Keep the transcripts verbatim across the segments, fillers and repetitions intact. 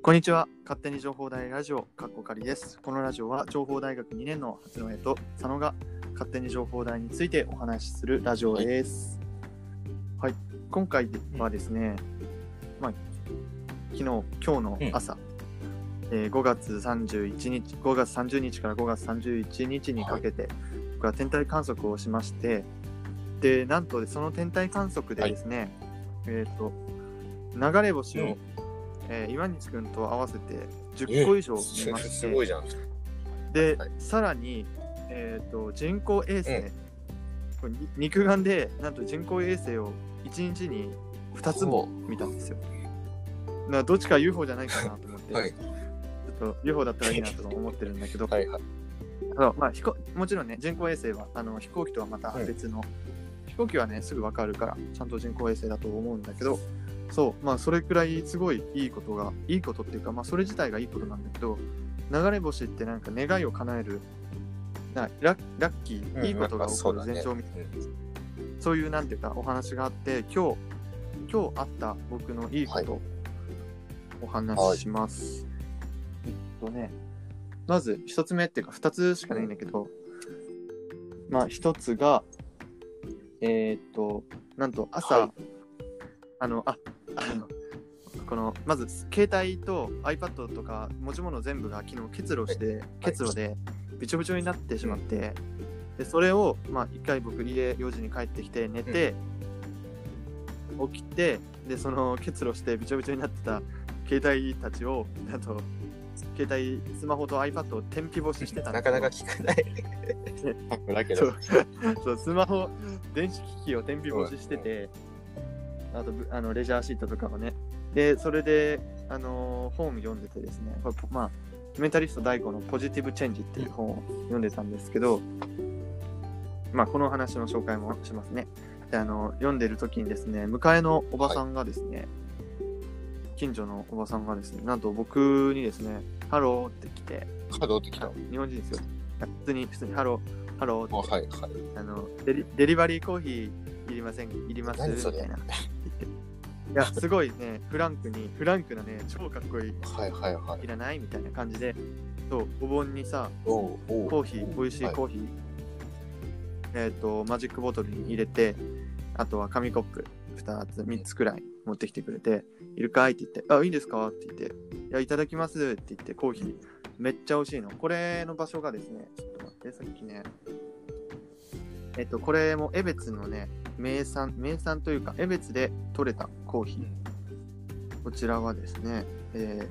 こんにちは。勝手に情報大ラジオかっこかりです。このラジオは情報大学にねんの初野と佐野が勝手に情報大についてお話しするラジオです。はい、はい、今回はですね、まあ、昨日今日の朝、うんえー、ごがつさんじゅういちにちごがつさんじゅうにちからごがつさんじゅういちにちにかけて、はい、僕は天体観測をしまして、でなんとその天体観測でですね、はい、えっと流れ星を、うんえー、岩西くんと合わせてじゅっこ以上見まして、 すごいじゃん。 で、はい、さらに、えー、と人工衛星、うん、肉眼でなんと人工衛星をいちにちにふたつも見たんですよ。だからどっちか ユーフォー じゃないかなと思って、はい、ちょっと ユーフォー だったらいいなと思ってるんだけどはい、はいそうまあ、飛行もちろんね人工衛星はあの飛行機とはまた別の、うん、飛行機はねすぐ分かるからちゃんと人工衛星だと思うんだけど、そうまあそれくらいすごいいいことがいいことっていうかまあそれ自体がいいことなんだけど、流れ星ってなんか願いを叶えるな ラ, ラッキー、うん、いいことが起こる前兆みたいな、ねうん、そういうなんていうかお話があって今日今日あった僕のいいことをお話しします、はいえっとねまず一つ目っていうか二つしかないんだけど、うん、まあ一つがえー、っとなんと朝、はい、あのああのこのまず携帯と iPad とか持ち物全部が昨日結露して結露でびちょびちょになってしまって、でそれをまあ一回僕家よじに帰ってきて寝て、うん、起きてでその結露してびちょびちょになってた携帯たちをあと携帯スマホと iPad を天日干ししてたんですなかなか聞かないだけどそうそうスマホ電子機器を天日干ししてて、うん、あとあのレジャーシートとかもねでそれで、あのー、本読んでてですねこれ、まあ、メンタリスト大悟のポジティブチェンジっていう本を読んでたんですけど、まあ、この話の紹介もしますね。であの読んでる時にですね迎えのおばさんがですね、はい、近所のおばさんがですねなんと僕にですねハローって来てハローって来た日本人ですよ普通に普通にハローハローって、 はいはい、 あの デリ、デリバリーコーヒーいりませんいりますみたいないやすごいねフランクにフランクなね超かっこいい、 はいはいはい、 いらないみたいな感じでそうお盆にさおおコーヒー美味しいコーヒー、はい、えっ、ー、とマジックボトルに入れてあとは紙コップふたつみっつくらい持ってきてくれているかいって言ってあいいんですかって言っていやいただきますって言ってコーヒーめっちゃ美味しいのこれの場所がですねちょっと待ってさっきねえっ、ー、とこれも江別のね名産名産というか江別で採れたコーヒー、こちらはですね、え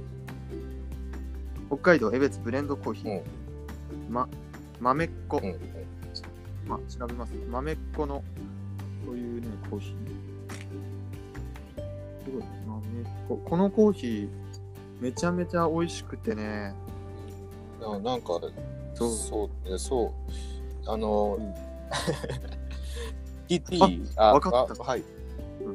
ー、北海道江別ブレンドコーヒー、うん、ま豆っこ、うんまあ、調べますね豆っこのこういうねコーヒーすごい豆っここのコーヒーめちゃめちゃ美味しくてねななんかそうそうそうあの、うんティーティー あ、 分かった。 はい。うん、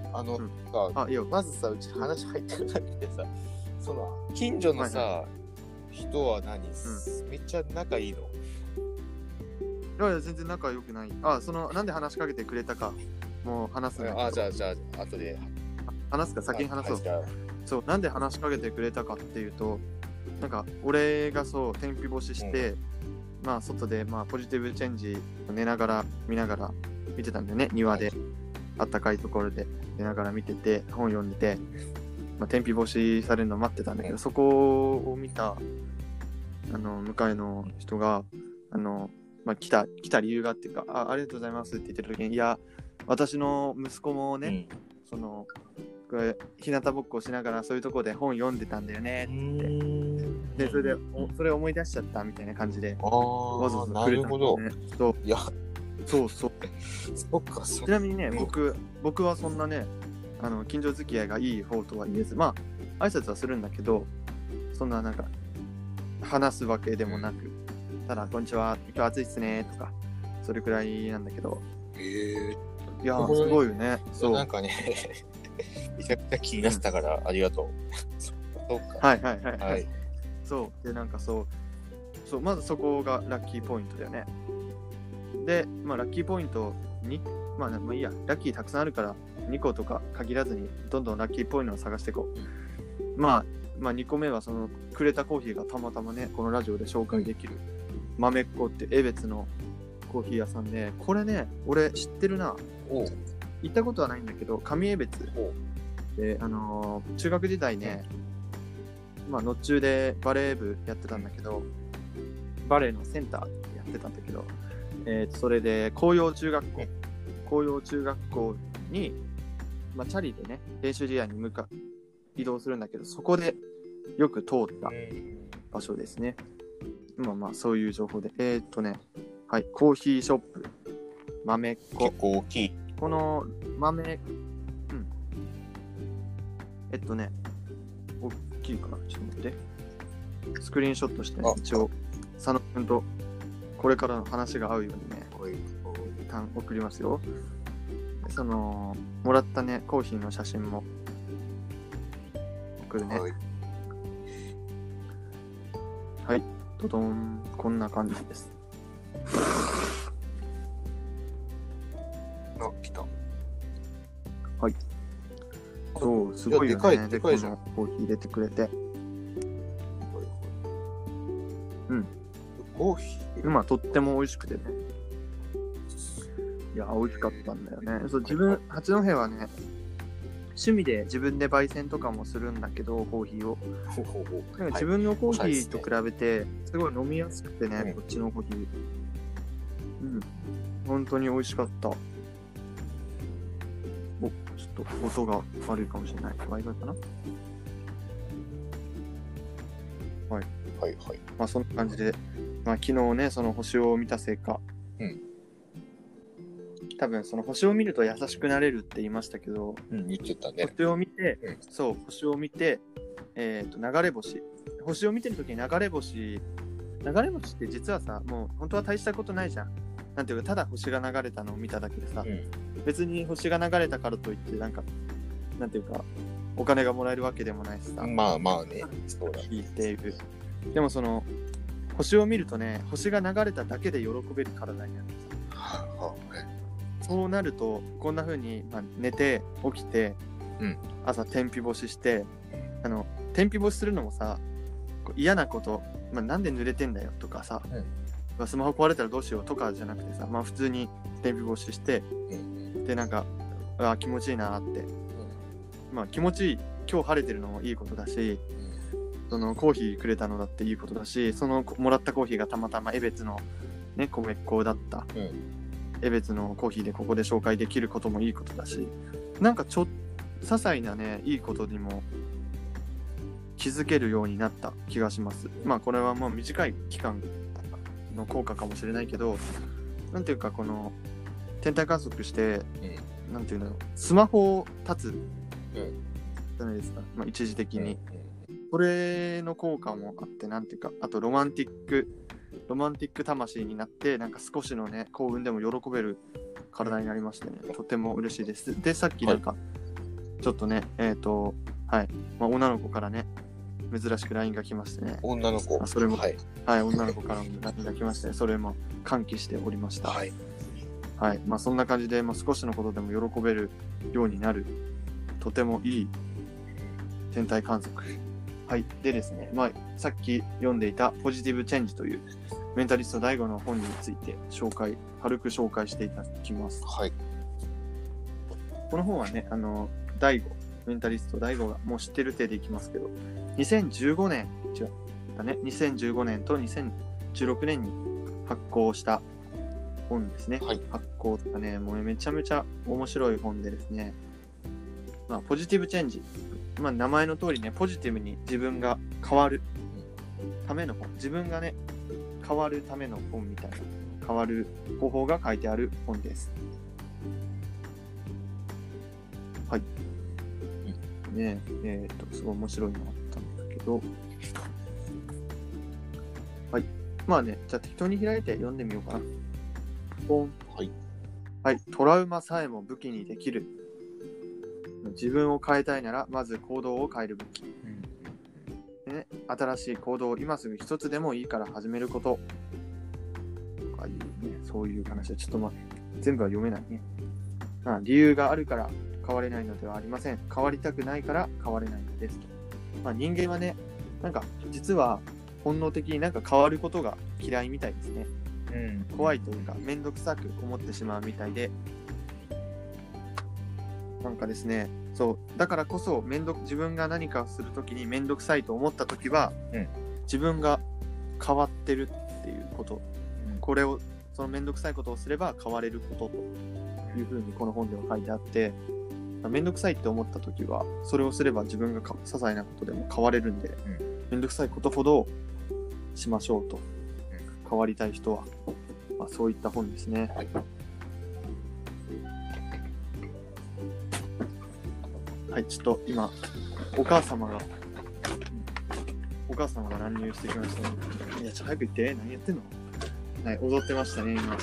あの、うん、さあいやまずさ、うち話入ってるだけでさ、その近所のさ、はいはい、人は何、うん、めっちゃ仲いいの？ いやいや全然仲良くない。あ、そのなんで話しかけてくれたかもう話すんだけど。 あ、じゃあじゃあ後で話すか先に話そう。はい、そうなんで話しかけてくれたかっていうと、なんか俺がそう天日干しして、うん、まあ外でまあポジティブチェンジ寝ながら見ながら。見てたんだよね庭で、はい、あったかいところで寝ながら見てて本読んでて、まあ、天日干しされるの待ってたんだけど、そこを見たあの向かいの人があの、まあ、来た来た理由がっていうか あ, ありがとうございますって言ってる時にいや私の息子もね、うん、そのこれ日向ぼっこしながらそういうところで本読んでたんだよねってでそれでおそれを思い出しちゃったみたいな感じでわざわざくれたんだよね。そういやそうそうそっかそっかちなみにね、僕、僕はそんなね、あの近所付き合いがいい方とは言えず、まあ、挨拶はするんだけど、そんななんか、話すわけでもなく、ただ、こんにちは、今日暑いっすね、とか、それくらいなんだけど、 へーいやー、すごいよね。 そう。なんかね、めちゃくちゃ気になってたから、うん、ありがとう。そうか。 はいはいはい、はい。そう、で、なんかそう、そう、まずそこがラッキーポイントだよね。で、まあ、ラッキーポイントに、まあ、まあいいや、ラッキーたくさんあるからにことか限らずにどんどんラッキーポイントを探していこう。 まあ、まあにこめはそのくれたコーヒーがたまたまねこのラジオで紹介できる豆っ子って江別のコーヒー屋さんで、これね俺知ってるな。 お行ったことはないんだけど、上江別で、あのー、中学時代ね、まあのっ中でバレー部やってたんだけど、バレーのセンターやってたんだけど、えー、とそれで紅葉中学校紅葉中学校に、まあ、チャリでね練習試合に向か移動するんだけど、そこでよく通った場所ですね。まあまあそういう情報で、えー、っとねはい、コーヒーショップ豆っ子、 結構大きい。 この豆、うんえっとね大きいかな、ちょっと待って、スクリーンショットして、ね、一応佐野くんとこれからの話が合うようにね一旦送りますよ。そのもらったねコーヒーの写真も送るね。はい、はい、ドドン、こんな感じです。 あ、来た。 はい。そう、すごいよね。でかいじゃん。コーヒー入れてくれて。うん。 コーヒーまあ、とっても美味しくてね。いや、美味しかったんだよね。そう、自分、八戸はね、趣味で自分で焙煎とかもするんだけど、コーヒーを。 ほうほうほう、 なんか自分のコーヒーと比べて、すごい飲みやすくてね、うん、こっちのコーヒー。うん。本当に美味しかった。お、ちょっと音が悪いかもしれない。Wi-Fi かな？はい。 はいはい。 まあそんな感じで、まあ昨日ね、その星を見たせいか、 うん。 多分その星を見ると優しくなれるって言いましたけど、 うん、言ってたね。 星を見て、 うん、 そう、星を見て、えっと、流れ星。星を見てるときに流れ星、流れ星って実はさ、もう本当は大したことないじゃん。なんていうか、ただ星が流れたのを見ただけでさ、うん、別に星が流れたからといって、なんか、なんていうか、お金がもらえるわけでもないしさ。 まあまあね、 そうだ。聞いている。でもその、星を見るとね、星が流れただけで喜べる体になるんですよ。はあ、そうなると、こんな風に、まあ、寝て、起きて、うん、朝天日干しして、あの、天日干しするのもさ、嫌なこと、まあ、なんで濡れてんだよとかさ、うんまあ、スマホ壊れたらどうしようとかじゃなくてさ、まあ普通に天日干しして、うん、でなんかあ気持ちいいなって、うん、まあ気持ちいい、今日晴れてるのもいいことだし、うん、そのコーヒーくれたのだっていいことだし、そのもらったコーヒーがたまたま江別のね米っ子だった、うん、江別のコーヒーでここで紹介できることもいいことだし、なんかちょっ些細なねいいことにも気づけるようになった気がします。まあこれはもう短い期間の効果かもしれないけど、なんていうかこの天体観測して、うん、なんていうんだろう、スマホを立つ、うん、じゃないですか、まあ、一時的に、うん、それの効果もあって、なんていうか、あとロマンティックロマンティック魂になって、なんか少しのね幸運でも喜べる体になりましてね、とても嬉しいです。でさっきなんか、はい、ちょっとねえっ、ー、とはい、まあ、女の子からね珍しく ライン が来ましてね。 女の子。 それも、はい、はい、女の子からも ライン が来まして、それも歓喜しておりました。はい。はい、まあそんな感じで、まあ、少しのことでも喜べるようになる、とてもいい天体観測。はい。でですね、まあさっき読んでいたポジティブチェンジというメンタリスト ダイゴ の本について紹介、軽く紹介していただきます。 はい。 この本はね、あの ダイゴ、メンタリスト ダイゴ がもう知ってる手でいきますけど、にせんじゅうごねん違うだねにせんじゅうごねんとにせんじゅうろくねんに発行した本ですね。はい、発行とかね、もうめちゃめちゃ面白い本でですね、まあポジティブチェンジ、まあ名前の通りね、ポジティブに自分が変わるための本、自分がね変わるための本みたいな、変わる方法が書いてある本です。はい。ねえ、えー、っとすごい面白いのがあったんだけど、はい、まあね、じゃあ適当に開いて読んでみようかな。ポン。はい。はい、トラウマさえも武器にできる。自分を変えたいならまず行動を変えるべき。うんね、新しい行動を今すぐ一つでもいいから始めること。とかいうね、そういう話はちょっとまあ全部は読めないね。まあ、理由があるから変われないのではありません。変わりたくないから変われないのですと。 まあ、人間はね、なんか実は本能的になんか変わることが嫌いみたいですね。うん、怖いというかめんどくさく思ってしまうみたいで、なんかですね、そうだからこそめんど自分が何かをするときにめんどくさいと思ったときは、うん、自分が変わってるっていうこと、うん、これをそのめんどくさいことをすれば変われることというふうにこの本では書いてあって、めんどくさいって思ったときはそれをすれば自分が些細なことでも変われるんで、うん、めんどくさいことほどしましょうと、変わりたい人は、まあ、そういった本ですね。はい、ちょっと今お母様がお母様が乱入してきましたね。いや、ちょっと早く言って、何やってんの？はい、踊ってましたね今。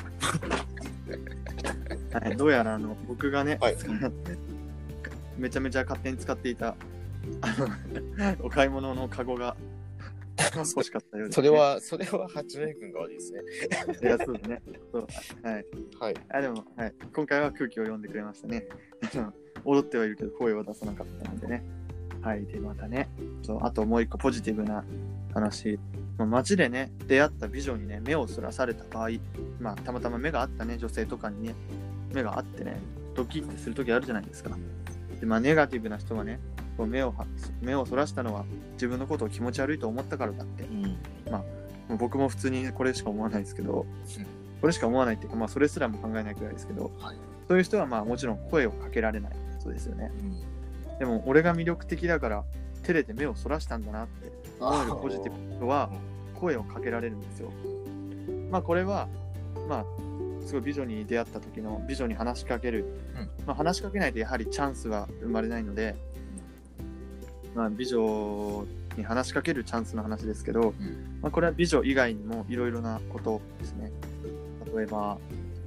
はい、どうやらあの僕がね、はい、めちゃめちゃ勝手に使っていたあのお買い物のカゴが欲しかったようです、ね。 それはそれは八戸君が悪いですね。 いや、そうですね。そうはい。 はい。 あでも、はい、今回は空気を読んでくれましたね。踊ってはいるけど声を出さなかったのでね。はい。でまたね、そうあともう一個ポジティブな話。まあ、街でね出会った美女にね目をそらされた場合、まあたまたま目があったね女性とかにね目があってねドキッてする時あるじゃないですか。でまあネガティブな人はねこう目を目をそらしたのは自分のことを気持ち悪いと思ったからだって、うん、まあもう僕も普通にこれしか思わないですけど、うん、これしか思わないっていうかまあそれすらも考えないくらいですけど、はい、そういう人はまあもちろん声をかけられないそうですよね、うん、でも俺が魅力的だから照れて目をそらしたんだなって思えるポジティブな人は声をかけられるんですよ。まあこれはまあすごい美女に出会った時の美女に話しかける、うんまあ、話しかけないとやはりチャンスは生まれないので、まあ、美女に話しかけるチャンスの話ですけど、うんまあ、これは美女以外にもいろいろなことですね。例えば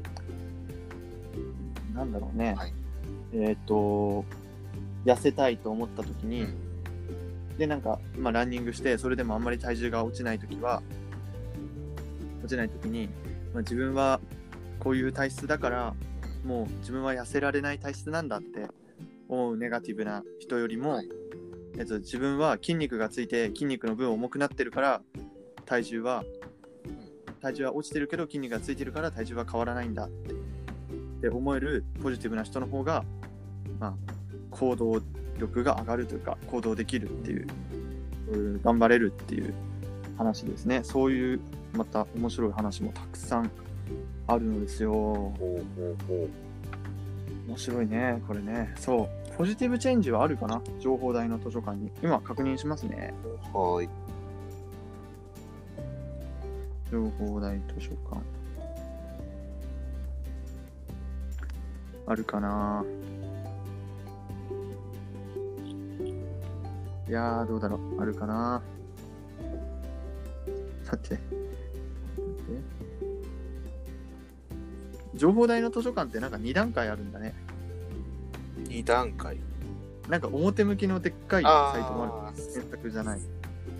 なんだろうね、はい、えっと痩せたいと思った時に、うんでなんか、まあ、ランニングしてそれでもあんまり体重が落ちないときは落ちないときに、まあ、自分はこういう体質だからもう自分は痩せられない体質なんだって思うネガティブな人よりも、はいえっと、自分は筋肉がついて筋肉の分重くなってるから体重は体重は落ちてるけど筋肉がついてるから体重は変わらないんだってって思えるポジティブな人の方が、まあ、行動力が上がるというか行動できるっていう、うん頑張れるっていう話ですね。そういうまた面白い話もたくさんあるのですよ。ほうほうほう面白いねこれね。そうポジティブチェンジはあるかな情報大の図書館に。今確認しますね。 はい。 情報大図書館あるかな。いやーどうだろうあるかな。さて情報大の図書館ってなんかに段階あるんだね。 に段階なんか表向きのでっかいサイトもある。選択じゃない。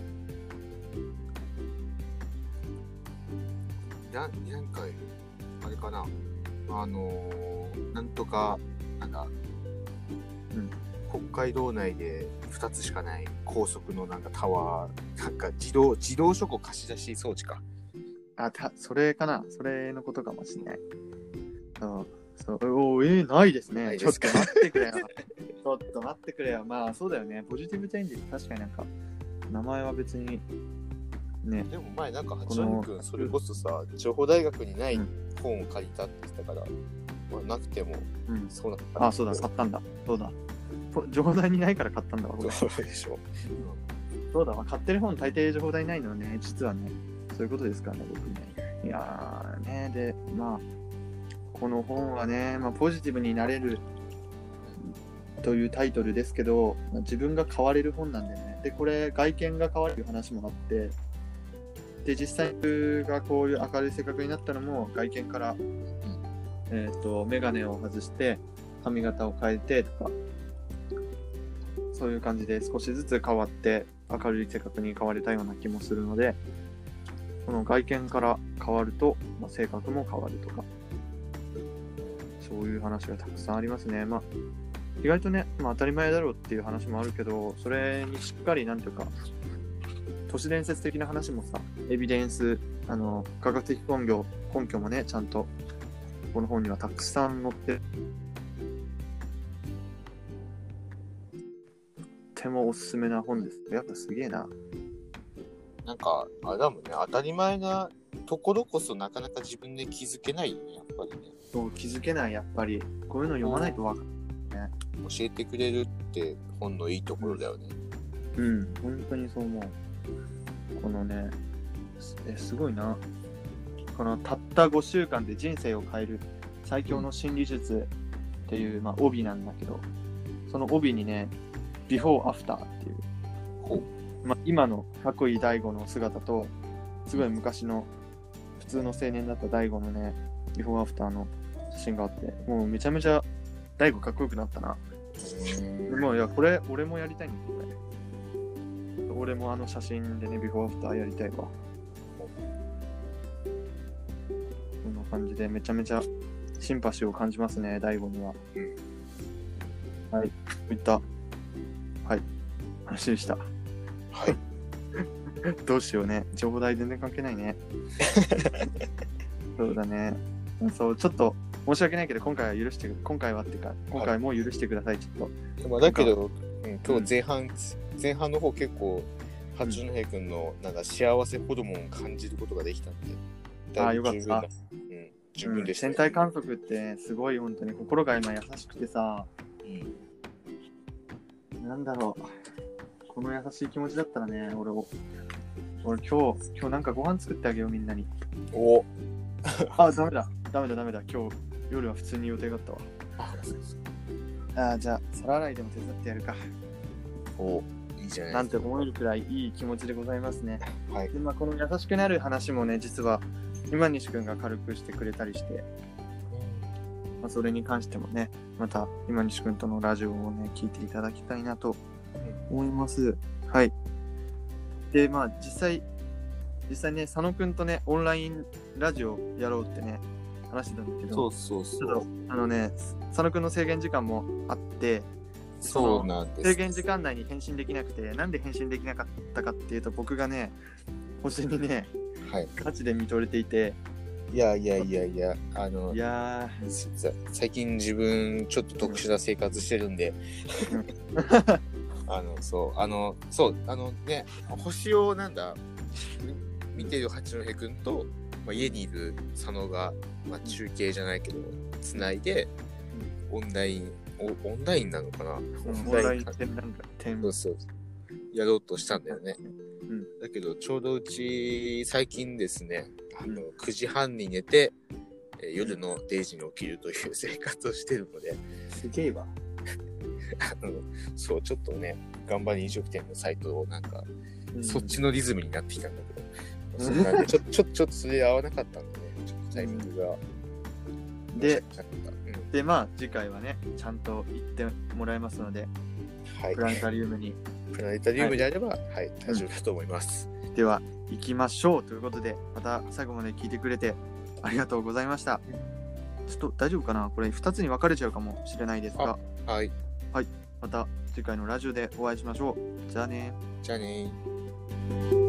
に段階あれかなあのー、なんとかなんだうん北海道内でふたつしかない高速のなんかタワーなんか自動自動書庫貸し出し装置か。 あたそれかなそれのことかもしれない。そうそうおえー、ないですね。ちょっと待ってくれよ。ちょっと待ってくれよ。まあそうだよね。ポジティブチェンジ確かになんか名前は別にね。 でも前なんか八戸君それこそさ情報大学にない本を借りたって言ったから、うんまあ、なくても、うん、そうなった。 あそうだ買ったんだ。そうだ。情報大にないから買ったんだわ。 そうでしょ。 そうだわ。買ってる本大抵情報大ないのね。実はね。そういうことですからね、僕ね。いやーね。で、まあ、この本はね、まあ、ポジティブになれるというタイトルですけど、まあ、自分が変われる本なんでね。で、これ、外見が変わるという話もあって、で、実際僕がこういう明るい性格になったのも、外見から、えっと、メガネを外して、髪型を変えてとか、そういう感じで少しずつ変わって明るい性格に変われたような気もするので、この外見から変わると、まあ、性格も変わるとか、そういう話がたくさんありますね。まあ、 意外とね、まあ、当たり前だろうっていう話もあるけど、それにしっかりなんていうか都市伝説的な話もさ、エビデンス、あの科学的根拠根拠もねちゃんとこの本にはたくさん載ってる。とてもおすすめな本です。やっぱすげえな。 なんかあれだもんね、当たり前なところこそなかなか自分で気づけないよね、やっぱりね。 そう気づけない、やっぱりこういうの読まないとわかんないね。 教えてくれるって本のいいところだよね。 うん、本当にそう思う。このね、えすごいな。このたったごしゅうかんで人生を変える最強の心理術っていう、まあ、帯なんだけど、その帯にね、ビフォーアフターっていう、 ほまあ、今のかっこいい大悟の姿と、すごい昔の普通の青年だった大悟のね、ビフォーアフターの写真があって、もうめちゃめちゃ大悟かっこよくなったな。でもいや、これ俺もやりたいんだけどね。俺もあの写真でね、ビフォーアフターやりたいわ。こんな感じでめちゃめちゃシンパシーを感じますね、大悟には。うん、はい、いった。はい、話でした。 はい。 どうしようね、情報代全然関係ないね。そうだね。そう、ちょっと申し訳ないけど、今回は許してく今回はっていうか、今回も許してください、ちょっと。 まあ、だけど、うん、今日前半、うん、前半の方結構、八戸くんのなんか幸せホルモンを感じることができたんで、 うん、ああ、よかった。うん、 十分でした、ね。 天体観測ってすごい本当に心が今優しくてさ、うん、なんだろう、この優しい気持ちだったらね、俺を、俺今日、今日なんかご飯作ってあげよう、みんなに。 おあ、ダメだ、ダメだ、ダメだ、今日夜は普通に予定があったわ。ああ、じゃあ、皿洗いでも手伝ってやるか。 おいいじゃないなんて思えるくらいいい気持ちでございますね。 はい。 で、まあ、この優しくなる話もね、実は今西くんが軽くしてくれたりして、まあ、それに関してもね、また今西くんとのラジオをね、聞いていただきたいなと思います。はい。で、まあ実際、実際ね、佐野くんとね、オンラインラジオやろうってね、話してたんだけど、 そうそうそう。 あのね、佐野くんの制限時間もあって、 そうなんです。 制限時間内に返信できなくて、なんで返信できなかったかっていうと、僕がね、星にね、 はい、 ガチで見とれていて、 いやいやいやいや、あの、 いや最近自分ちょっと特殊な生活してるんで、あの、そう、あの、そう、あのね、星をなんだ、見てる八戸くんと、まあ、家にいる佐野が、まあ、中継じゃないけど、つないで、オンライン、オンラインなのかな、 オンライン展覧会、 そうそう、やろうとしたんだよね。 うん、 だけど、ちょうどうち、最近ですね、あの、くじはんに寝て、えー、夜のれいじに起きるという生活をしてるので、 すげえわ。 あの、そう、ちょっとね、頑張り飲食店のサイトをなんか、うん、そっちのリズムになってきたんだけど、そんなんでちょ、ちょ、ちょっとそれ合わなかったんでね、ちょっとタイミングが。 で、うん、で、まあ、次回はね、ちゃんと行ってもらいますので、はい、プラネタリウムに。 プラネタリウムであれば、はい、はい、大丈夫だと思います。 うん、では、行きましょうということで、また最後まで聞いてくれてありがとうございました。ちょっと大丈夫かな、これふたつに分かれちゃうかもしれないですが、 はい。 はい。また次回のラジオでお会いしましょう。じゃあね。 じゃあね。